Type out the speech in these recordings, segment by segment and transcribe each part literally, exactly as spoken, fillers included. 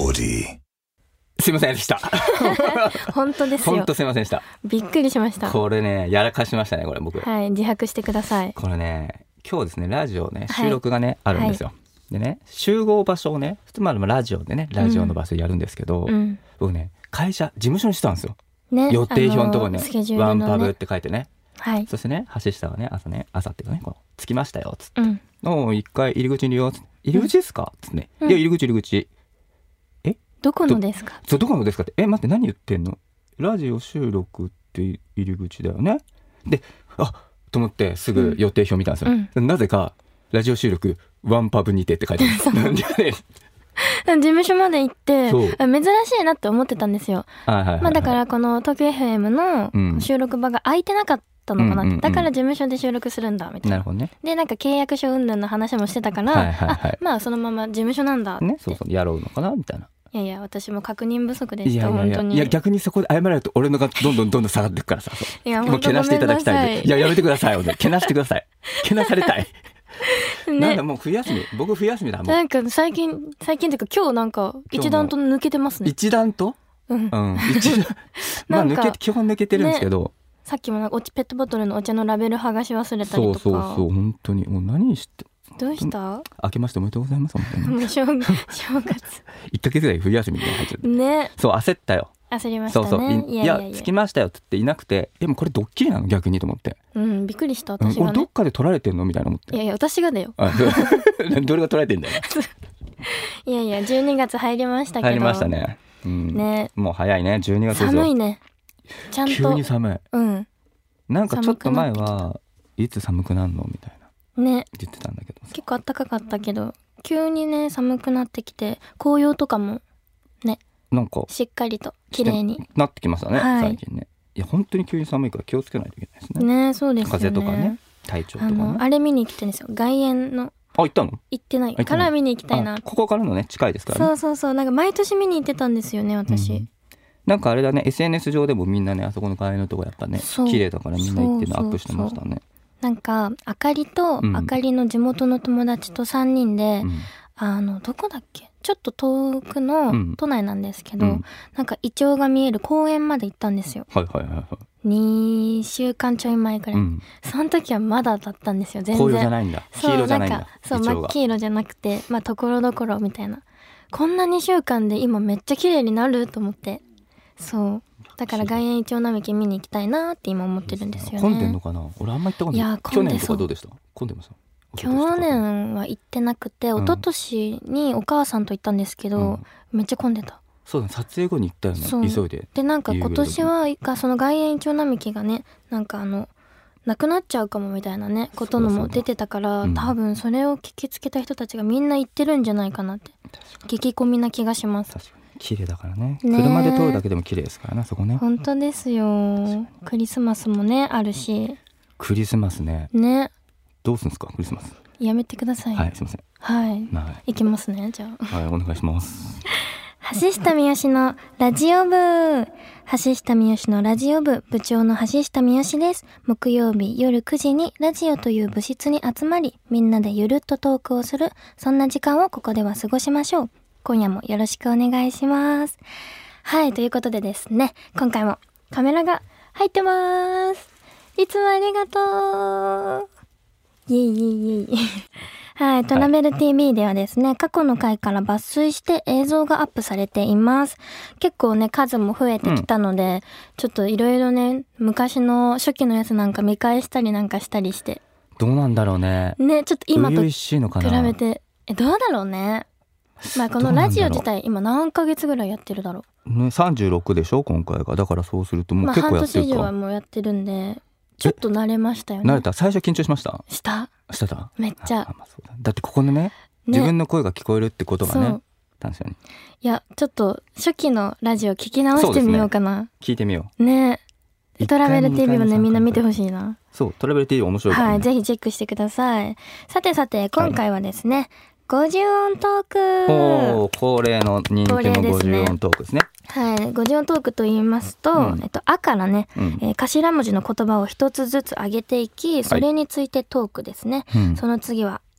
Audi。 すいませんでした本当ですよ。 本当すいませんでした。 びっくりしました。 これねやらかしましたねこれ僕。 はい、自白してください。 これね今日ですねラジオねはい収録がね、あるんですよ。でね集合場所をね普通まあラジオでねラジオの場所でやるんですけど、 うん、 僕ね会社事務所にしてたんですよ、 ね、 予定表のところにねスケジュールのねワンパブって書いてね、 はい、 そしてね橋下はね朝ね朝っていうかねこう着きましたよっつって、 うん、 おう一回入り口にいるよっつって入り口ですかっつってね、 うん、 いや入り口入り口えどこのですかそうどこのですかってえ待って何言ってんのラジオ収録って入り口だよねであと思ってすぐ予定表見たんですよ、うん、なぜかラジオ収録ワンパブにてって書いてあるなんでね事務所まで行って珍しいなって思ってたんですよ、 はいはいはいはい、 まあ、だからこの東京 エフエム の収録場が空いてなかったのかなって、うんうんうん、だから事務所で収録するんだみたいな。 なるほどね。でなんか契約書云々の話もしてたから、はいはいはい、あまあそのまま事務所なんだって、 ね、そうそうやろうのかなみたいな。 いやいや私も確認不足でした。 いやいやいや本当に。 いや逆にそこで謝られると俺のがどんどんどんどん下がっていくからさいやもうけなしていただきたいんでいややめてくださいけなしてくださいけなされたいね、なんかもう冬休み僕冬休みだもん。 なんか最近最近っていうか今日なんか一段と抜けてますね。 一段とうん、うん、一段まあ抜け基本抜けてるんですけど、ね、 さっきもなんかおちペットボトルのお茶のラベル剥がし忘れたりとか。 そうそうそう本当にもう何してどうした明けましておめでとうございます本当にもう正正月いっかげつぐらい冬休みに入っちゃってね。 そう焦ったよ。 焦りましたね。 そうそうい, いやいやいやいや着きましたよって言っていなくてでもこれドッキリなの逆にと思って、 うん、びっくりした私が、ね、 俺どっかで撮られてんのみたいな思って。 いやいや私がだよどれが撮られてんだよいやいやじゅうにがつ入りましたけど入りましたね、うん、ねもう早いねじゅうにがつですよ。 寒いねちゃんと急に寒い、 うん、 なんかちょっと前はいつ寒くなるのみたいなね言ってたんだけど結構暖かかったけど急にね寒くなってきて紅葉とかもねなんかしっかりと綺麗になってきましたね、はい、最近ね。いや本当に急に寒いから気をつけないといけないですね。 ねそうですよね。 風邪とかね体調とかね。あのあれ見に来てんですよ外苑の。 あ行ったの？ 行ってないから見に行きたいな。 ここからのね近いですからね。 そうそうそうなんか毎年見に行ってたんですよね私、うん、 なんかあれだね エスエヌエス 上でもみんなねあそこの外苑のとこやっぱね綺麗だからみんな行ってのアップしてましたね。そうそうそうなんかあかりと、うん、あかりの地元の友達とさんにんで、うん、あのどこだっけちょっと遠くの都内なんですけど、うん、なんかイチョウが見える公園まで行ったんですよ。 はいはいはいはい。 にしゅうかんちょい前くらい、うん、その時はまだだったんですよ全然。 紅葉じゃないんだ黄色じゃないんだ。 そう真っ黄色じゃなくてまあところどころみたいな。こんなにしゅうかんで今めっちゃ綺麗になると思ってそうだから外苑イチョウ並木見に行きたいなって今思ってるんですよね。 混んでんのかな俺あんま行ったことない。いや去年とかどうでした？混んでました？ 去年は行ってなくて一昨年にお母さんと行ったんですけど、うん、めっちゃ混んでた。 そうだ撮影後に行ったよね急いで。 でなんか今年はその外苑イチョウ並木がねなんかあのなくなっちゃうかもみたいなねことのも出てたから、うん、多分それを聞きつけた人たちがみんな行ってるんじゃないかなって激込みな気がします。 確かに綺麗だから ね, ね車で通るだけでも綺麗ですからねそこね。 本当ですよ。クリスマスもねあるし。 クリスマスねねどうするんですかクリスマス。 やめてください。 はいすいません。 はい、 はい、 行きますねじゃあ。 はいお願いします。 橋下三好のラジオ部橋下三好のラジオ部部長の橋下三好です。木曜日夜くじにラジオという部室に集まりみんなでゆるっとトークをするそんな時間をここでは過ごしましょう。今夜もよろしくお願いします。はいということでですね今回もカメラが入ってます。いつもありがとうイエイイエイイエイはい、トラベル ティービー ではですね、過去の回から抜粋して映像がアップされています。結構ね、数も増えてきたので、うん、ちょっといろいろね、昔の初期のやつなんか見返したりなんかしたりして。 どうなんだろうね。 ね、ちょっと今と比べて、え、どうだろうね。まあこのラジオ自体今何ヶ月ぐらいやってるだろう。 ね、さんじゅうろくでしょ今回が。だからそうするともう結構やってるか。 まあ半年以上はもうやってるんで、ちょっと慣れましたよね。 慣れた。最初緊張しました？ したしてためっちゃ。 あ、まあ、そうだ。だってここで ね, ね自分の声が聞こえるってことがね確かに。 いやちょっと初期のラジオ聞き直してみようかな、ね、 聞いてみようね。トラベル ティービー もねみんな見てほしいな。 そうトラベル ティービー 面白いから、ね、 はいぜひチェックしてください。さてさて今回はですね、はいごじゅうおんトーク。 おー恒例の人気のごじゅうおんトークですね。 はい、ごじゅうおんトークと言いますと、うん、えっと、あからね、うんえー、頭文字の言葉を一つずつ上げていきそれについてトークですね、はい、その次は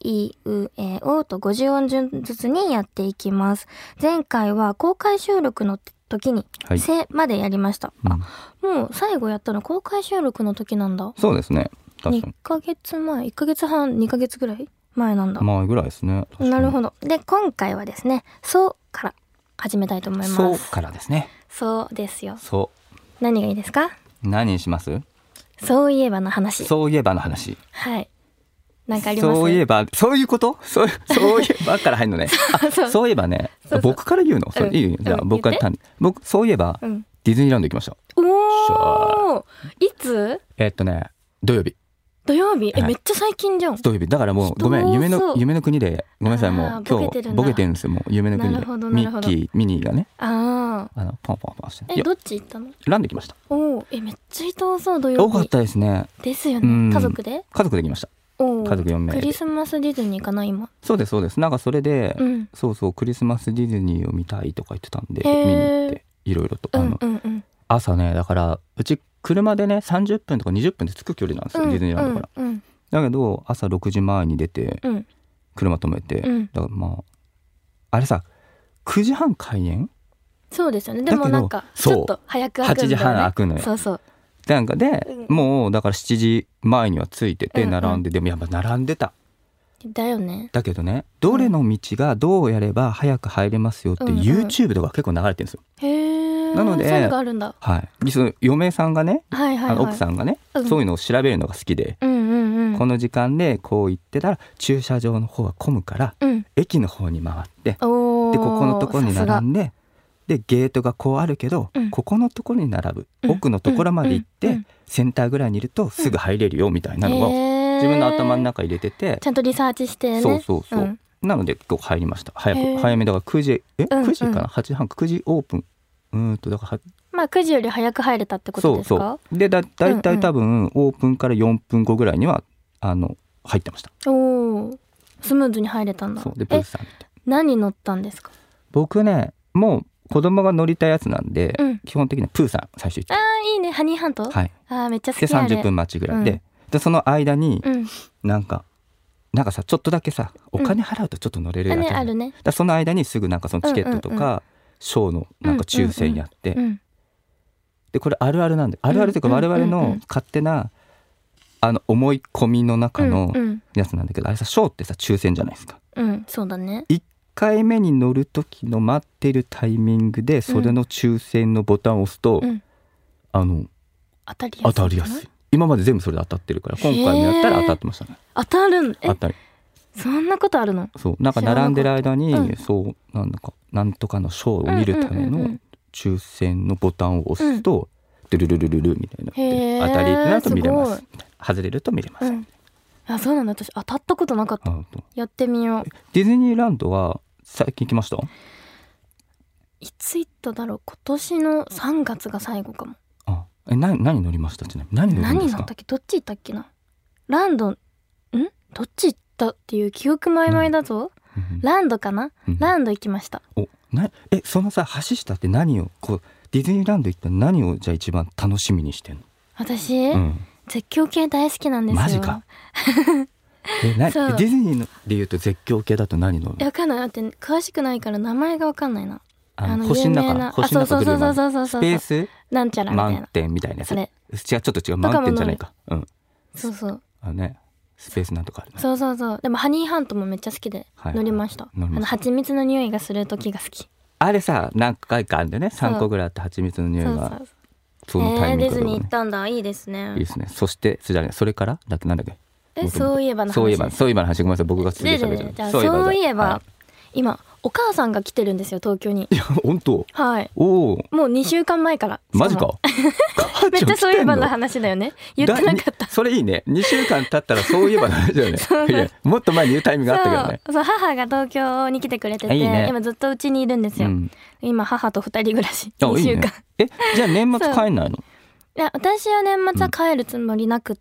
いう、えおとごじゅう音順ずつにやっていきます。前回は公開収録の時に「せ」までやりました、はい、あ、もう最後やったの公開収録の時なんだ。 そうですね、確かににかげつまえ、いっかげつはん、にかげつぐらい前なんだ。 前ぐらいですね。 なるほど。で今回はですね、そうから始めたいと思います。 そうからですね。 そうですよ。 そう何がいいですか？ 何にします？ そういえばの話。 そういえばの話。 はい。なんかあります？ そういえば、そういうこと？そう、そういえばから入るのね。そう、そういえばね、そうそう、僕から言うの？それ、うん、いいよ。じゃあ、うん、僕から単に。僕、そういえば、うん、ディズニーランド行きました。 おー！いつ？ えー、っとね、土曜日。 土曜日？え、はい、めっちゃ最近じゃん。 土曜日。だからもう、ごめん、夢の、夢の国で、ごめんなさい、もう、今日、ボケてるんですよ、もう、夢の国で。ミッキー、ミニーがね。 ああ。 あの、ポンポンポンして。 え、どっち行ったの？ ランド行きました。 おー、え、めっちゃ人多そう、土曜日。 多かったですね。 ですよね。家族で？ 家族で行きました。家族よんめいで。 クリスマスディズニーかな今。 そうですそうです。なんかそれで、うん、そうそうクリスマスディズニーを見たいとか言ってたんで見に行っていろいろと、あの、うんうんうん、朝ね、だからうち車でねさんじゅっぷんとかにじゅっぷんで着く距離なんですよ、うん、ディズニーランドから、うんうん、だけど朝ろくじまえに出て、うん、車止めて、うん、だからまああれさくじはん開園。 そうですよね。でもなんかちょっと早く開くんだよね。はちじはん開くのよ。そうそう。 なんかで、うん、もうだからしちじまえには着いてて並んで、うんうん、でもやっぱ並んでた。 だよね。 だけどね、どれの道がどうやれば早く入れますよって、うんうん、YouTube とか結構流れてるんですよ。 へー。なので、そういうのがあるんだ。 はい。その嫁さんがね、はいはいはい、あの奥さんがね、うん、そういうのを調べるのが好きで、うんうんうん、この時間でこう行ってたら駐車場の方は混むから、うん、駅の方に回って、でここのところに並んで。でゲートがこうあるけど、うん、ここのところに並ぶ、うん、奥のところまで行って、うん、センターぐらいにいるとすぐ入れるよみたいなのを自分の頭の中入れてて、 ちゃんとリサーチしてね。 そうそうそう、うん、なので今日入りました。早く早めだからくじえ、うんうん、くじかな、はちじはんくじオープン、うーんとだからまあくじより早く入れたってことですか？ そうそうで だ, だいたい多分オープンからよんぷんごぐらいにはあの入ってました。 おー、スムーズに入れたんだ。 そうでプーさん見て。 何乗ったんですか？ 僕ね、もう子供が乗りたやつなんで、うん、基本的にはプーさん最初行って。 あーいいね、ハニーハント。 はい。 あーめっちゃ好き。 でさんじゅっぷん待ちぐらいで、うん、でその間に、うん、なんかなんかさちょっとだけさお金払うとちょっと乗れるやつ、うん、 あるね。 だその間にすぐなんかそのチケットとか、うんうんうん、ショーのなんか抽選やって、うんうんうん、でこれあるあるなんで、あるあるというか我々の勝手なあの思い込みの中のやつなんだけど、あれさショーってさ抽選じゃないですか。 うん、そうだね。 いっかいめに乗る時の待ってるタイミングでそれの抽選のボタンを押すと、うん、あの当たりやすい。 当たりやすい。今まで全部それで当たってるから、今回もやったら当たってましたね。 当たるん？ 当たり。 そんなことあるの？ そうなんか並んでる間に、うん、そうなんだかなんとかのショーを見るための抽選のボタンを押すと、ドゥルルルルルみたいなって当たりってなると見れます。外れると見れます。うん、 あ、そうなんだ。私当たったことなかった。やってみよう。 ディズニーランドは最近行きました？ いつ行っただろう。今年のさんがつが最後かも。 あ、え、な何乗りました？ちなみに何乗るんですか？ 何乗ったっけ？どっち行ったっけな。ランドん？どっち行ったっていう記憶曖昧だぞ。ランドかな、うん、ランド行きました。 おなえそのさ橋下って何をこうディズニーランド行ったら何をじゃあ一番楽しみにしてんの？ 私、うん、絶叫系大好きなんですよ。 マジか。えなディズニーのでいうと絶叫系だと何の？ わかんない。だって詳しくないから名前がわかんないな。 あの星の中星の中グルマスペースなんちゃらみたいなマウンテンみたいなやつ。それ違うちょっと違うマウンテンじゃないか。うん。 そうそう。 あのねスペースなんとかある、ね。 そうそうそう。でもハニーハントもめっちゃ好きで乗りました。はいはい、あの蜂蜜の匂いがする時が好き。 あれさ何回かあるんでね。さんこぐらいあって蜂蜜の匂いが。そうそうそう。そのタイミングで、ね。えー、ディズニー行ったんだ。いいですね。 いいですね。そしてそれそれからだってなんだっけ。 えそういえばの話。 そういえばそういえばの話ごめんなさい僕が続けて喋っちゃう。 じゃあそういえば、はい、今お母さんが来てるんですよ東京に。 いや本当。 はい。 おお。 もうにしゅうかんまえから。 マジか。 めっちゃそういえばの話だよね。言ってなかった。 それいいね。にしゅうかん経ったらそういえばの話だよね。そうそういやもっと前に言うタイミングがあったけどね。 そうそう母が東京に来てくれてて、いいね、今ずっとうちにいるんですよ。うん、今母とふたり暮らしにしゅうかん。いいね、 えじゃあ年末帰んないの？ いや私は年末は帰るつもりなくって、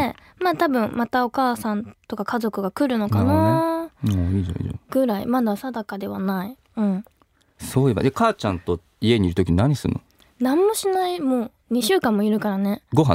うん、まあ多分またお母さんとか家族が来るのかな、 ね、もういいじゃんいいじゃんぐらいまだ定かではない。うん。 そういえばで母ちゃんと家にいる時何するの？ 何もしない。もうにしゅうかんもいるからね。 ご飯作っ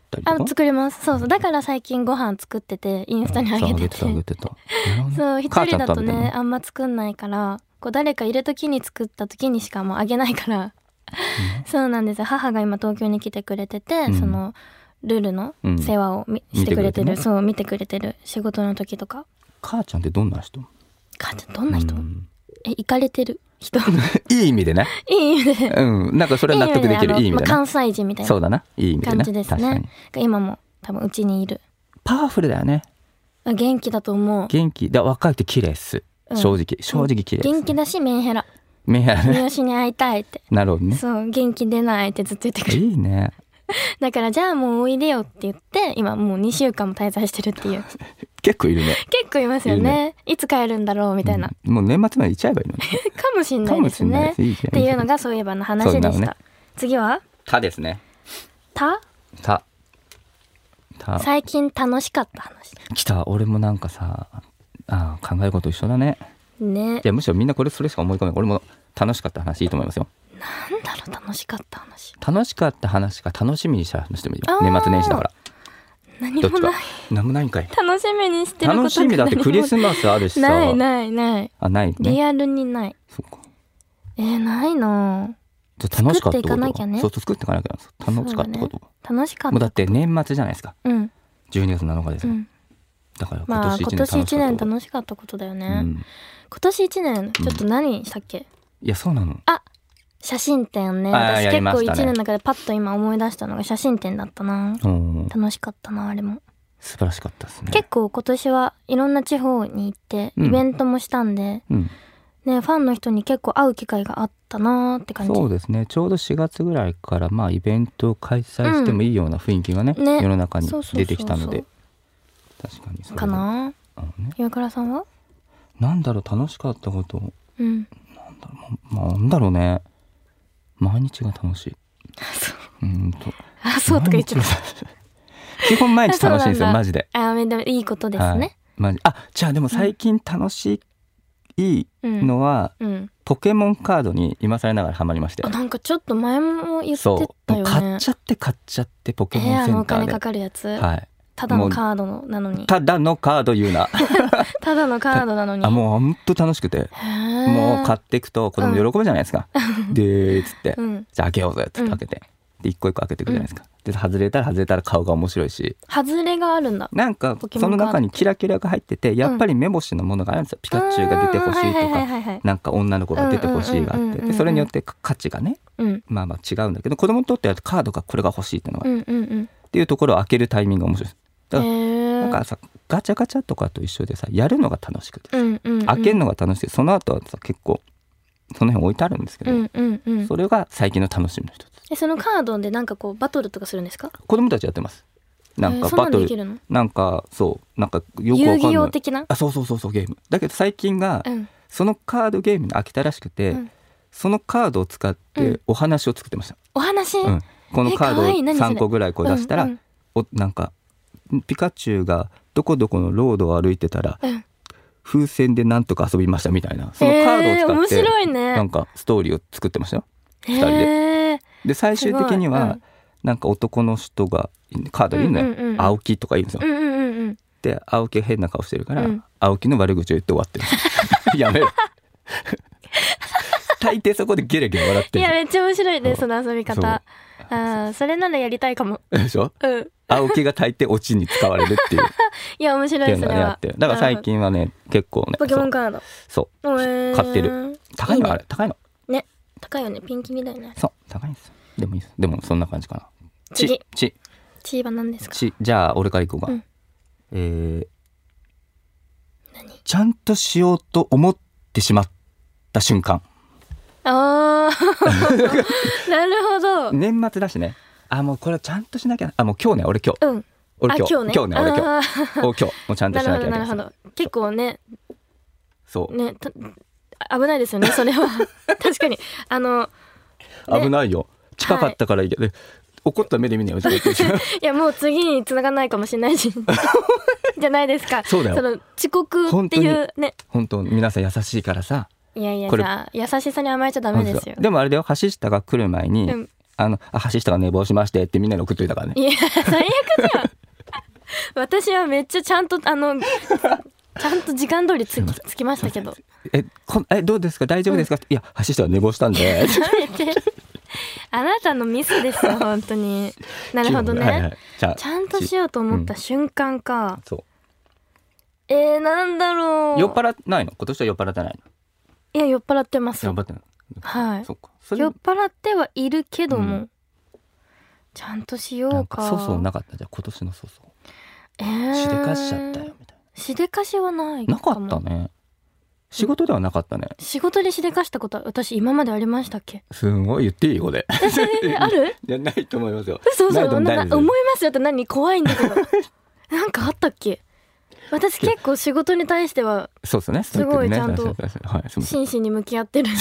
たりとか。 あ、作れます。そうそう。だから最近ご飯作っててインスタに上げてて。 そう、上げてた、上げてた。 そう、一人だとねあんま作んないから、こう誰かいる時に作った時にしかもうあげないから。うん、そうなんですよ。母が今東京に来てくれてて、うん、そのルルの世話を、うん、してくれてる、ね、そう見てくれてる仕事の時とか。 母ちゃんってどんな人？ 母ちゃんどんな人？うん、え、イカれてる人。 いい意味でね。 いい意味で。 うん、なんかそれは納得できる。いい意味でね。 関西人みたいな。 そうだな。いい意味でね。 感じですね。今も多分うちにいる。 パワフルだよね。 元気だと思う。 元気。だ若いって綺麗っす。正直、うん、正直綺麗です、ね。 元気だしメンヘラ。 メンヘラね。 三好に会いたいって。 なるほどね。 そう、元気出ないってずっと言ってくる。 いいね。 だからじゃあもうおいでよって言って今もうにしゅうかんも滞在してるっていう。 結構いるね。 結構いますよ ね, い, ねいつ帰るんだろうみたいな、 うん、もう年末まで行っちゃえばいいのね。 かもしんないですね。いいっていうのがそういえばの話でした。ね、次はたですね。 たたた最近楽しかった話。 来た。俺もなんかさあ考えること一緒だね。 ね。 いやむしろみんなこれそれしか思い浮かべない。俺も楽しかった話いいと思いますよ。 なんだろう楽しかった話。 楽しかった話か楽しみにした話でもいいよ。年末年始だから。 何もない。 何もないんかい。 楽しみにしてること楽しみだってクリスマスあるしさ。 ないないない。 あないね。 リアルにない。 そうか。 えー、ないな。 楽しかったこと。 作っていかなきゃね。 そうそう作っていかなきゃ。楽しかったこと。 ね、楽しかったこと。 もうだって年末じゃないですか。 うん。 じゅうにがつなのかですよ。うん、だから今年いちねん楽しかったこと。 まあ今年いちねん楽しかったことだよね。うん、今年いちねんちょっと何したっけ？うん、 いやそうなの。 あ。写真展ね。私結構いちねんの中でパッと今思い出したのが写真展だったな。楽しかったなあれも。 素晴らしかったですね。 結構今年はいろんな地方に行ってイベントもしたんで、うんね、ファンの人に結構会う機会があったなって感じ。 そうですね。ちょうどしがつぐらいからまあイベントを開催してもいいような雰囲気がね、うん、ね世の中に出てきたので、確かにそれかな。岩倉さんは？ なんだろう楽しかったこと。 うん。 なんだろう、まあ、なんだろうね。毎日が楽しい。うんと。 あ、そうとか言っちゃった。 基本毎日楽しいんですよ、マジで。 あ、でもいいことですね。はい、 マジ。あ、じゃあでも最近楽しいのは、うんうん、ポケモンカードに今更ながらハマりまして。 あ、なんかちょっと前も言ってたよね。 そう。買っちゃって買っちゃってポケモンセンターで。えー、あのお金かかるやつ。 はい。 ただのカードなのに。 ただのカード言うな。 ただのカードなのに。 あ、もうほんと楽しくて。もう買っていくと子供喜ぶじゃないですか。うん、でーっつって、うん、じゃあ開けようぜっつって開けて。うん、で一個一個開けていくじゃないですか。うん、で外れたら外れたら顔が面白いし。 外れがあるんだ。 なんかその中にキラキラが入ってて、やっぱり目星のものがあるんですよ。ピカチュウが出てほしいとか、なんか女の子が出てほしいがあって、でそれによって価値がね、うん、まあまあ違うんだけど、子供にとってはカードがこれが欲しいっていうのが、うんうんうん、っていうところを開けるタイミングが面白いです。だからなんかさガチャガチャとかと一緒でさやるのが楽しくて、うんうんうん、開けるのが楽しくて、その後はさ結構その辺置いてあるんですけど、うんうんうん、それが最近の楽しみの一つ。 えそのカードでなんかこうバトルとかするんですか？ 子供たちやってます。なんかバトル、えー、なんなんかそうなんかよくわかんない遊戯王的な。 あそうそうそうそうゲームだけど最近が、うん、そのカードゲームに飽きたらしくて、うん、そのカードを使ってお話を作ってました。 うん、お話、うん、 このカードをさんこぐらいこう出したら、うんうん、おなんかピカチュウがどこどこのロードを歩いてたら、うん、風船でなんとか遊びましたみたいな、そのカードを使って、えーね、なんかストーリーを作ってましたよ、えー、ふたりで。で最終的には、うん、なんか男の人がカードにいるのよ、うんうんうん、青木とかいるんですよ、うんうんうん、で青木が変な顔してるから、うん、青木の悪口を言って終わってるやめろ大抵そこでゲラゲラ笑ってる。 いやめっちゃ面白いねその遊び方。あそれならやりたいかも。 でしょ、うん、青木が大抵オチに使われるっていういや面白いそれは。 だから最近はね結構ねポケモンカードそう、えー、買ってる。高いの、いいね、あれ高いのね高いよね。ピンキリだよね。 そう高いんですよ。でもいいです。でもそんな感じかな。 次ちちは何ですか？ ちじゃあ俺からいこうか、うん、えー、 何ちゃんとしようと思ってしまった瞬間。 あなるほど。 年末だしね。あもうこれちゃんとしなきゃ。あもう今日ね俺今日、うん、俺今日今日ね今日ね俺今日今日もうちゃんとしなきゃいけない。 なるほどなるほど。結構ねそうね危ないですよねそれは確かにあの、 ね、危ないよ。近かったからいいけど、はい、怒った目で見ないよいやもう次に繋がんないかもしれないしじゃないですか。 そうだよ。 その遅刻っていうね本当に皆さん優しいからさ。 いやいやじゃあ優しさに甘えちゃダメですよ。 でもあれだよ橋下が来る前に、うん、 あのあ橋下が寝坊しましてってみんなに送っといたからね。 いや最悪じゃん私はめっちゃちゃんとあのちゃんと時間通りつきつきましたけど。 えこえどうですか大丈夫ですか、うん、いや橋下は寝坊したんでやめてあなたのミスですよ本当に。なるほどね、はいはい、ちゃ、ちゃんとしようと思った瞬間か、うん、そうえー、なんだろう。 酔っ払ってないの？今年は酔っ払ってないの？ いや酔っ払ってます。 酔っ払ってない。 はい。そっか。それ酔っ払ってはいるけども、うん、ちゃんとしようか。 なんか粗相なかったじゃん今年の粗相。えー、しでかしちゃったよみたいな。しでかしはないかも。 なかったね。仕事ではなかったね。 仕事でしでかしたことは私今までありましたっけ？ すごい言っていいこれ。 私ある？ いやないと思いますよ。 そうそう思いますよって何怖いんだけど。なんかあったっけ？私結構仕事に対してはそうですね。 すごいちゃんと真摯に向き合ってる。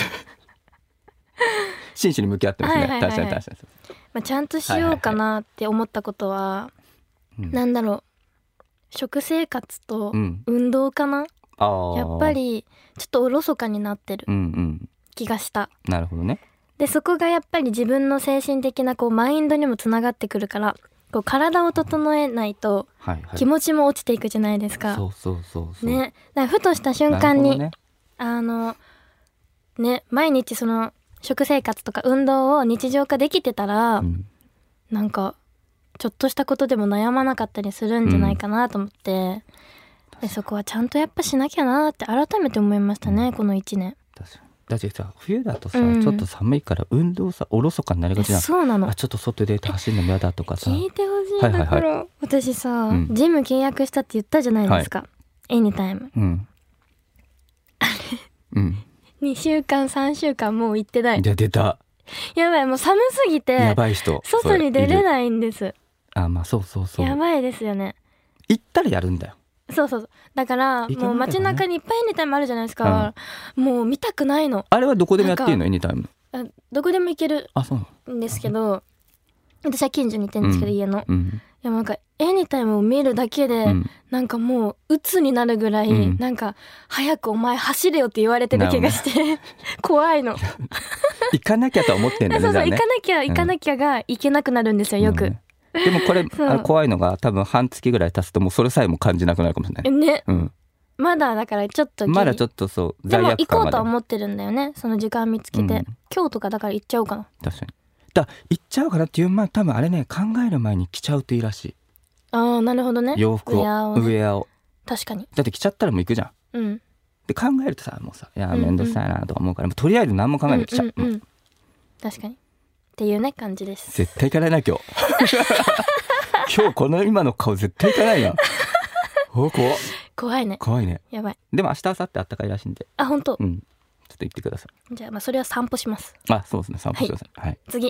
真摯に向き合ってますね。はいはいはいはい、確かに確かに。 まあちゃんとしようかなって思ったことは、はいはいはい、なんだろう食生活と運動かな。うん、やっぱりちょっとおろそかになってる気がした。 うんうん、なるほどね。 でそこがやっぱり自分の精神的なこうマインドにもつながってくるから。こう体を整えないと気持ちも落ちていくじゃないですか。 はいはい、そうそうそうそう。 ね、だからふとした瞬間に、ね、あのね毎日その食生活とか運動を日常化できてたら、うん、なんかちょっとしたことでも悩まなかったりするんじゃないかなと思って、うん、でそこはちゃんとやっぱしなきゃなって改めて思いましたね、うん、このいちねん。 確かに。だってさ冬だとさ、うん、ちょっと寒いから運動さおろそかになりがちなの。 そうなの。 あちょっと外出て走るの嫌だとかさ聞いてほしい。だから、はいはいはい、私さ、うん、ジム契約したって言ったじゃないですか、はい、エニタイム、うん、あれ、うん、にしゅうかんさんしゅうかんもう行ってない。 で出た。 やばいもう寒すぎてやばい人外に出れないんです。 あまあそうそうそう。 やばいですよね。 行ったらやるんだよ。 そうそうそう。だからもう街中にいっぱいエニタイムあるじゃないですか、うん、もう見たくないの。 あれはどこでもやっていいのエニタイム？ あどこでも行けるんですけど、私は近所に行ってるんですけど、うん、家の、うん、いやなんかエニタイムを見るだけで、うん、なんかもう鬱になるぐらい、うん、なんか早くお前走れよって言われてる気がして怖いの。 行かなきゃと思ってんだね。 そうそう、 ね、 行かなきゃ行かなきゃが行けなくなるんですよよく、うんでもこれあの怖いのが多分半月ぐらい経つともうそれさえも感じなくなるかもしれないね、 うん、 まだだからちょっとまだちょっとそう罪悪感まででも行こうとは思ってるんだよねその時間見つけて、うん、今日とかだから行っちゃおうかな。 確かにだ行っちゃうからっていう前多分あれね考える前に着ちゃうといいらしい。 ああなるほどね。 洋服をウェアを、ね、ウェアを確かに。 だって着ちゃったらもう行くじゃん、うん、で考えるとさもうさいやめんどくさいなとか思うから、うんうん、とりあえず何も考えないで着ちゃう、うんうんうん、 確かにっていうね感じです。 絶対行かないな今日今日この今の顔絶対行かないな。お怖怖いね。 怖いね。 やばい。 でも明日明後日あったかいらしいんで。 あ本当。 うんちょっと行ってください。じゃあまあそれは散歩します。 あそうですね散歩してください。はい、はい、次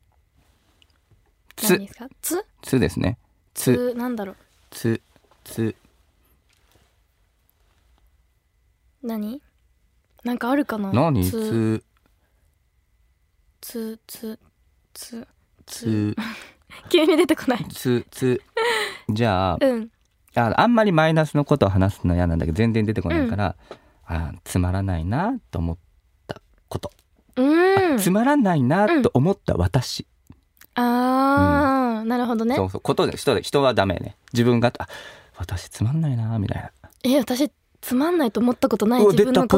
つ何ですか？つつですね。 つなんだろう。 つつ何なんかあるかな。 何つつつつつ急に出てこない。 つつじゃあ、 うん、 あ, あんまりマイナスのことを話すの嫌なんだけど全然出てこないから、うん、あつまらないなと思ったこと、うん、つまらないなと思った私、 うん、あー、うん、なるほどね。 そうそうことで 人, 人はダメね。自分があ私つまんないなみたいな。 え私つまんないと思ったことない自分のこと。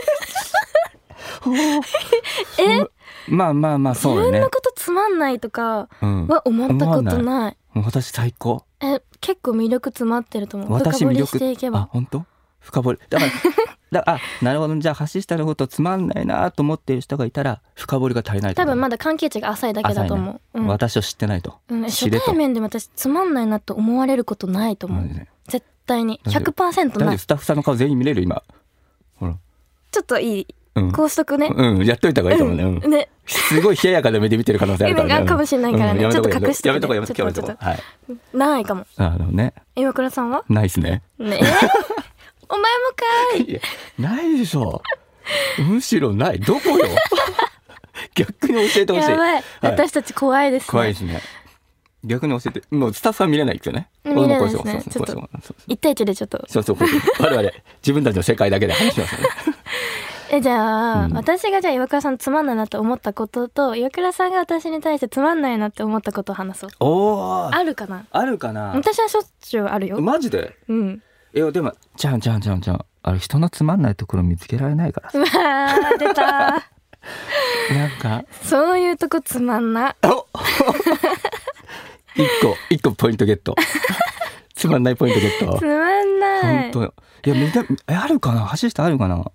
えまあまあまあそうよね。 自分のことつまんないとかは思ったことない。うん、ない私最高。 え結構魅力詰まってると思う。深掘りしていけば。 あ本当？深掘りだからだあなるほど。じゃあ橋下のことつまんないなと思っている人がいたら深掘りが足りないと思う。 多分まだ関係値が浅いだけだと思う、ねうん、私を知ってないと、 うん、初対面で私つまんないなと思われることないと思う、ね、絶対に ひゃくパーセント ない。 スタッフさんの顔全員見れる今ほらちょっといい、うん、こうしとくね。 うんやっといた方がいいかもね、うんうん、ねすごい冷ややかな目で見てる可能性あるからね。 かもしれないからね、うん、ちょっと隠してやめとこやめとこやめとこはいないかも。 あのね岩倉さんはないっすね。 ねお前もかい。 いやないでしょむしろない。どこよ逆に教えてほしい。 やばい、はい、私たち怖いですね。 怖いですね。逆に教えて。もうスタッフは見れないですよね。 見れないですね。ちょっと一対一でちょっとそうそう我々自分たちの世界だけで話しますね。 えじゃあ、うん、私がじゃあ岩倉さんつまんないなって思ったことと岩倉さんが私に対してつまんないなって思ったことを話そう。 おー、 あるかな。 あるかな。 私はしょっちゅうあるよ。 マジで。 うん。 いやでもじゃんじゃんじゃんじゃん、あれ人のつまんないところ見つけられないからさ。 うわー出たなんかそういうとこつまんな。 お一個一個ポイントゲットつまんないポイントゲット。 つまんない。 本当よ。いやみんなえあるかな、橋下あるかな。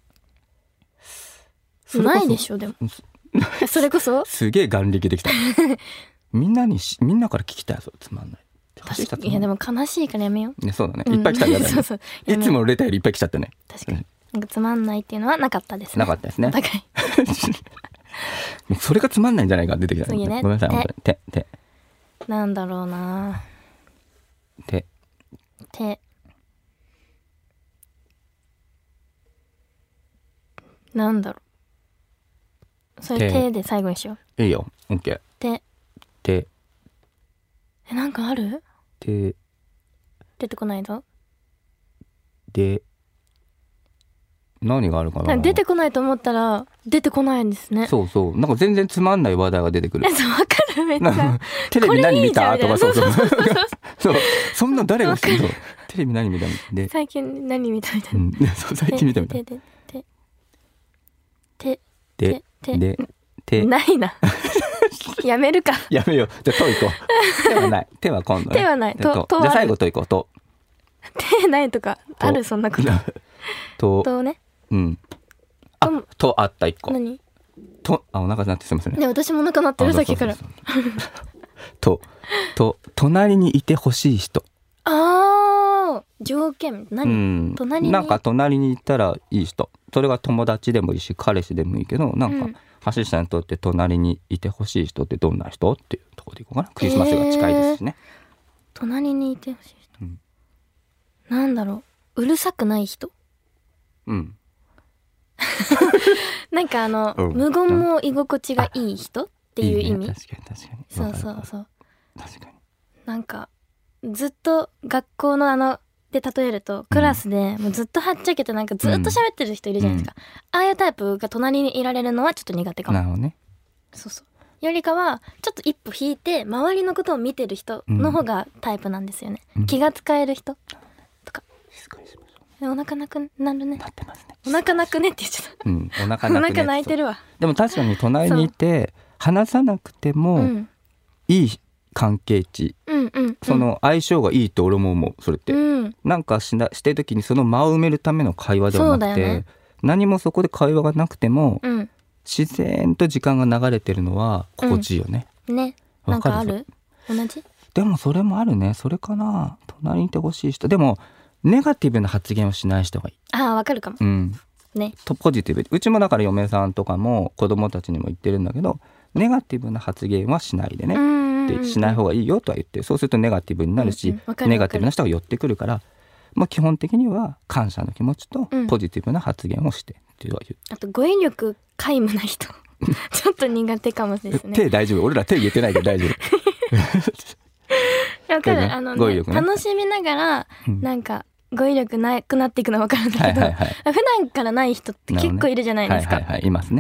ないでしょでもそれこそすげえ眼力できたみんなにみんなから聞きたい、そうつまんない。 いやでも悲しいからやめよう、 ね、そうだね、いっぱい来たから、ね、 そうそういつもレターよりいっぱい来ちゃったね。 確かに、なんかつまんないっていうのはなかったですね。 なかったですね。 お互いそれがつまんないんじゃないか出てきた、 ね、 ごめんなさい。本当に手手なんだろうな。 手手なんだろう。それ手で最後にしよう。いいよ、オッケー。 手手え、なんかある？ 手出てこないぞ。 で何があるかな。 出てこないと思ったら出てこないんですね。 そうそう、なんか全然つまんない話題が出てくる。 え、そう、わかる、めっちゃテレビ何見たとか、そうそうそうそう、そんな誰が知るのテレビ何見たで最近何見たみたいな、うん、 そう最近見たみたいな。 手手手手で手ないなやめるか。 やめよう。じゃあといこう。手はない。手は今度、ね、 手はない。ととじゃあ最後といこう。と手ないとかある、そんなことととね、 うん、あとあった一個。 何と、あ、お腹鳴ってすみませんね。 で私もお腹鳴ってる、さっきから。 とと隣にいてほしい人。 ああ、条件何、うん、隣になんか隣にいたらいい人。それが友達でもいいし彼氏でもいいけど、なんか、うん、橋下にとって隣にいてほしい人ってどんな人っていうところでいこうかな。クリスマスが近いですしね、 えー、隣にいてほしい人、うん、なんだろう、うるさくない人。うんなんかあの、うん、無言も居心地がいい人っていう意味。いいね、確かに確かに。そうそうそう。確かに。なんかずっと学校のあので例えるとクラスでもうずっとはっちゃけてなんかずっと喋ってる人いるじゃないですか、うん、ああいうタイプが隣にいられるのはちょっと苦手かも。 なるほどね。 そうそうよりかはちょっと一歩引いて周りのことを見てる人の方がタイプなんですよね、うん、気が使える人とか。静かにしましょう。お腹なくなるね。なってますね。お腹なくねって言っちゃった、うん、お腹なくね。お腹泣いてるわ。 でも確かに隣にいて話さなくてもいい関係値、うんうんうん、その相性がいいと俺も思う。それって、うん、なんかしなしてる時にその間を埋めるための会話ではなくて、ね、何もそこで会話がなくても、うん、自然と時間が流れてるのは心地いいよね、 うん、ね。なんかある？同じ？ でもそれもあるね。それかな、隣にいてほしい人。でもネガティブな発言をしない人がいい。 ああ、わかるかも、うんね、 とポジティブ。うちもだから嫁さんとかも子供たちにも言ってるんだけど、ネガティブな発言はしないでね、うんうんうん、しない方がいいよとは言って、そうするとネガティブになるし、うんうん、ネガティブな人が寄ってくるから、まあ、基本的には感謝の気持ちとポジティブな発言をしてっていう、うん、 あと語彙力皆無な人ちょっと苦手かもですね。 手大丈夫？俺ら手言えてないけど大丈夫わかる、あの、ね、語彙力ね、楽しみながら、うん、なんか語彙力なくなっていくの分かるんだけど、はいはいはい、普段からない人って結構いるじゃないですか、 ね、はいはいはい、いますね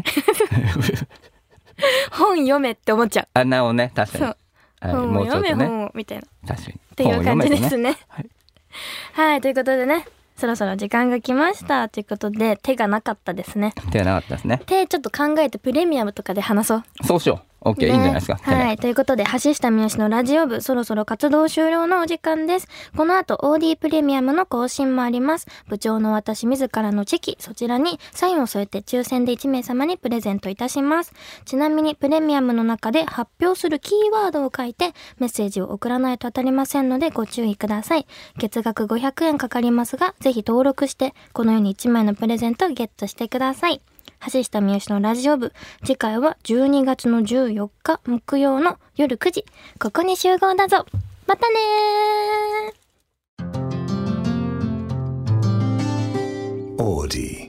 本読めって思っちゃう。 あ、なおね、確かに。そう、 はい、本を読め、ね、本をみたいな。 確かに。 っていう感じですね。はい、はい、ということでね、そろそろ時間が来ましたということで、手がなかったですね。 手がなかったですね。 手ちょっと考えてプレミアムとかで話そう。 そうしよう。OK、ね、いいんじゃないですか。 はい。ということで、橋下三好のラジオ部、そろそろ活動終了のお時間です。この後、オーディー プレミアムの更新もあります。部長の私自らのチェキ、そちらにサインを添えて抽選でいち名様にプレゼントいたします。ちなみに、プレミアムの中で発表するキーワードを書いて、メッセージを送らないと当たりませんので、ご注意ください。月額ごひゃくえんかかりますが、ぜひ登録して、このようにいちまいのプレゼントをゲットしてください。橋下三好のラジオ部、次回はじゅうにがつのじゅうよっか木曜の夜くじ、ここに集合だぞ。またねー。オーディ